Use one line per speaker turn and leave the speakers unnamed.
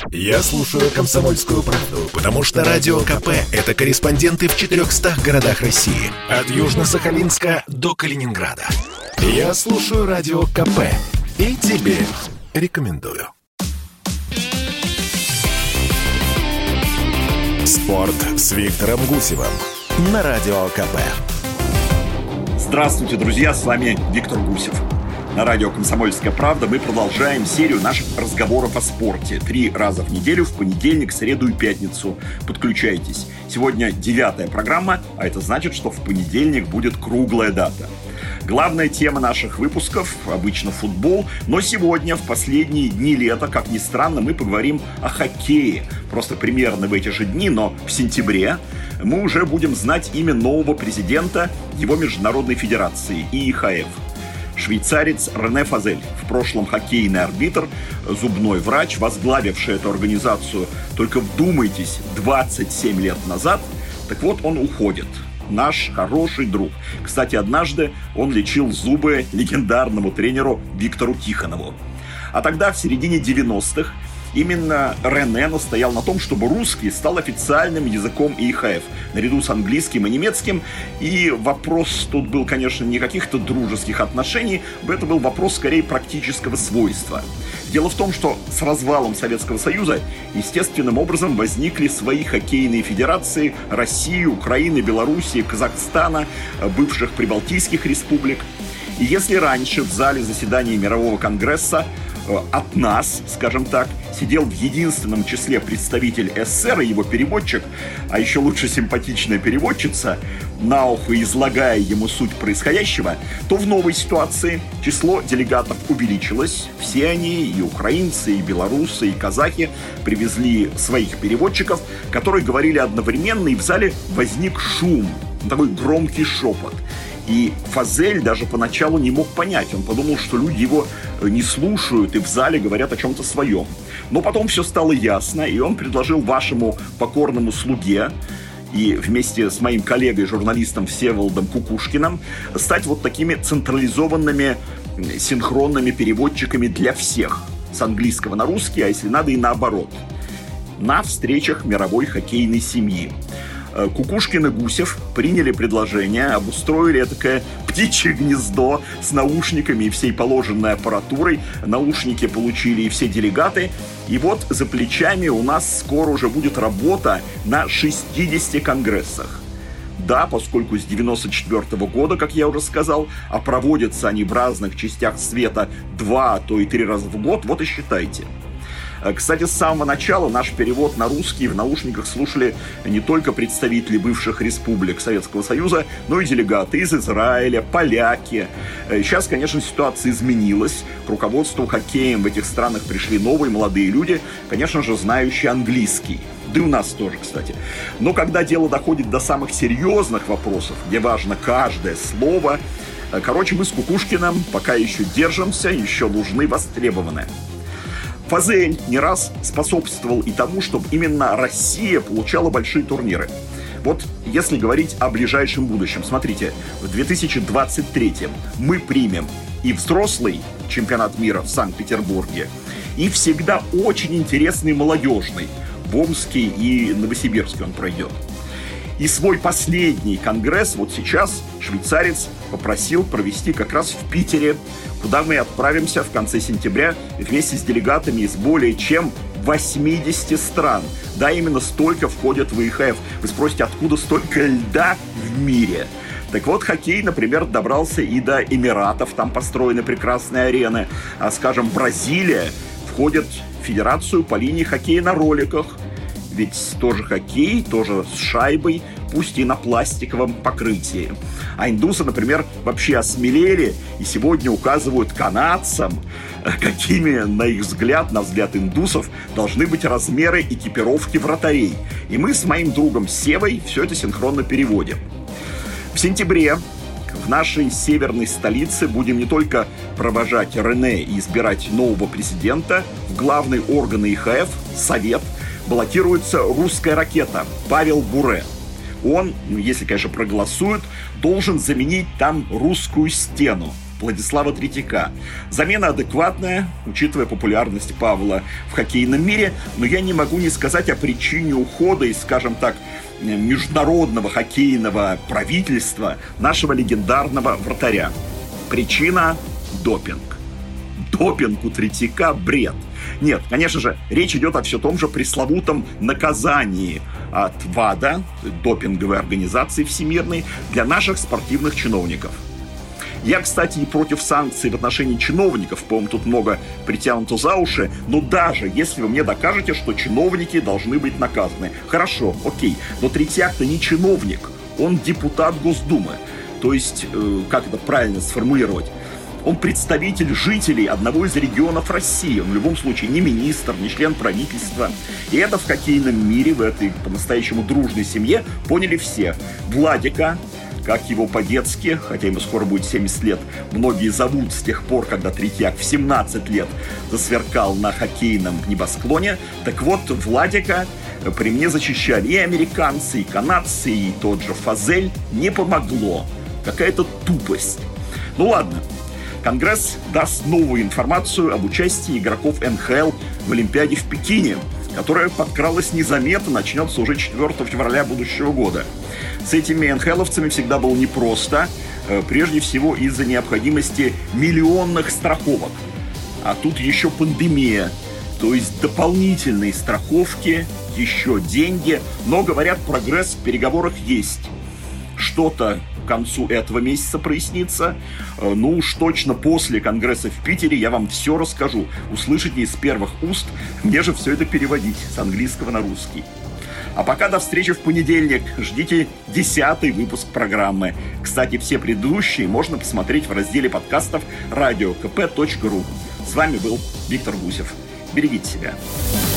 Я слушаю «Комсомольскую правду», потому что Радио КП – это корреспонденты в 400 городах России. От Южно-Сахалинска до Калининграда. Я слушаю Радио КП и тебе рекомендую. Спорт с Виктором Гусевым на Радио КП.
Здравствуйте, друзья, с вами Виктор Гусев. На радио «Комсомольская правда» мы продолжаем серию наших разговоров о спорте. 3 раза в неделю, в понедельник, среду и пятницу. Подключайтесь. Сегодня 9-я программа, а это значит, что в понедельник будет круглая дата. Главная тема наших выпусков обычно футбол, но сегодня, в последние дни лета, как ни странно, мы поговорим о хоккее. Просто примерно в эти же дни, но в сентябре, мы уже будем знать имя нового президента его международной федерации ИИХФ. Швейцарец Рене Фазель, в прошлом хоккейный арбитр, зубной врач, возглавивший эту организацию, только вдумайтесь, 27 лет назад, так вот он уходит. Наш хороший друг. Кстати, однажды он лечил зубы легендарному тренеру Виктору Тихонову. А тогда, в середине 90-х, именно Рене настоял на том, чтобы русский стал официальным языком ИИХФ, наряду с английским и немецким. И вопрос тут был, конечно, не каких-то дружеских отношений, это был вопрос скорее практического свойства. Дело в том, что с развалом Советского Союза естественным образом возникли свои хоккейные федерации России, Украины, Белоруссии, Казахстана, бывших прибалтийских республик. И если раньше в зале заседания Мирового конгресса от нас, скажем так, сидел в единственном числе представитель СССР и его переводчик, а еще лучше симпатичная переводчица, на ухо излагая ему суть происходящего, то в новой ситуации число делегатов увеличилось. Все они, и украинцы, и белорусы, и казахи, привезли своих переводчиков, которые говорили одновременно, и в зале возник шум, такой громкий шепот. И Фазель даже поначалу не мог понять. Он подумал, что люди его не слушают и в зале говорят о чем-то своем. Но потом все стало ясно, и он предложил вашему покорному слуге и вместе с моим коллегой-журналистом Всеволодом Кукушкиным стать вот такими централизованными синхронными переводчиками для всех. С английского на русский, а если надо и наоборот. На встречах мировой хоккейной семьи. Кукушкин и Гусев приняли предложение, обустроили такое птичье гнездо с наушниками и всей положенной аппаратурой. Наушники получили и все делегаты. И вот за плечами у нас скоро уже будет работа на 60 конгрессах. Да, поскольку с 94 года, как я уже сказал, а проводятся они в разных частях света 2, а то и 3 раза в год, вот и считайте. Кстати, с самого начала наш перевод на русский в наушниках слушали не только представители бывших республик Советского Союза, но и делегаты из Израиля, поляки. Сейчас, конечно, ситуация изменилась. К руководству хоккеем в этих странах пришли новые молодые люди, конечно же, знающие английский. Да и у нас тоже, кстати. Но когда дело доходит до самых серьезных вопросов, где важно каждое слово, мы с Кукушкиным пока еще держимся, еще нужны, востребованы. Фазель не раз способствовал и тому, чтобы именно Россия получала большие турниры. Вот если говорить о ближайшем будущем, смотрите, в 2023 мы примем и взрослый чемпионат мира в Санкт-Петербурге, и всегда очень интересный молодежный, в Омске и Новосибирске он пройдет. И свой последний конгресс вот сейчас швейцарец попросил провести как раз в Питере, куда мы отправимся в конце сентября вместе с делегатами из более чем 80 стран. Да, именно столько входят в ИИХФ. Вы спросите, откуда столько льда в мире? Так вот, хоккей, например, добрался и до Эмиратов, там построены прекрасные арены. А, скажем, Бразилия входит в федерацию по линии хоккея на роликах. Ведь тоже хоккей, тоже с шайбой, пусть и на пластиковом покрытии. А индусы, например, вообще осмелели и сегодня указывают канадцам, какими, на их взгляд, на взгляд индусов, должны быть размеры экипировки вратарей. И мы с моим другом Севой все это синхронно переводим. В сентябре в нашей северной столице будем не только провожать Рене и избирать нового президента, в главный орган ИИХФ, Совет, баллотируется русская ракета Павел Буре. Он, если, конечно, проголосует, должен заменить там русскую стену. Владислава Третьяка. Замена адекватная, учитывая популярность Павла в хоккейном мире, но я не могу не сказать о причине ухода из, скажем так, международного хоккейного правительства нашего легендарного вратаря. Причина – допинг. Допинг у Третьяка – бред. Нет, конечно же, речь идет о все том же пресловутом наказании от ВАДА, допинговой организации всемирной, для наших спортивных чиновников. Я, кстати, и против санкций в отношении чиновников, по-моему, тут много притянуто за уши, но даже если вы мне докажете, что чиновники должны быть наказаны, хорошо, окей, но Третьяк-то не чиновник, он депутат Госдумы, то есть, как это правильно сформулировать, он представитель жителей одного из регионов России. Он в любом случае не министр, не член правительства. И это в хоккейном мире, в этой по-настоящему дружной семье поняли все. Владика, как его по-детски, хотя ему скоро будет 70 лет, многие зовут с тех пор, когда Третьяк в 17 лет засверкал на хоккейном небосклоне. Так вот, Владика при мне зачищали и американцы, и канадцы, и тот же Фазель. Не помогло. Какая-то тупость. Ну ладно. Конгресс даст новую информацию об участии игроков НХЛ в Олимпиаде в Пекине, которая подкралась незаметно, начнется уже 4 февраля будущего года. С этими НХЛовцами всегда было непросто, прежде всего из-за необходимости миллионных страховок. А тут еще пандемия, то есть дополнительные страховки, еще деньги, но, говорят, прогресс в переговорах есть. Что-то к концу этого месяца прояснится. Ну уж точно после Конгресса в Питере я вам все расскажу. Услышите из первых уст, мне же все это переводить с английского на русский. А пока до встречи в понедельник. Ждите 10-й выпуск программы. Кстати, все предыдущие можно посмотреть в разделе подкастов radiokp.ru. С вами был Виктор Гусев. Берегите себя.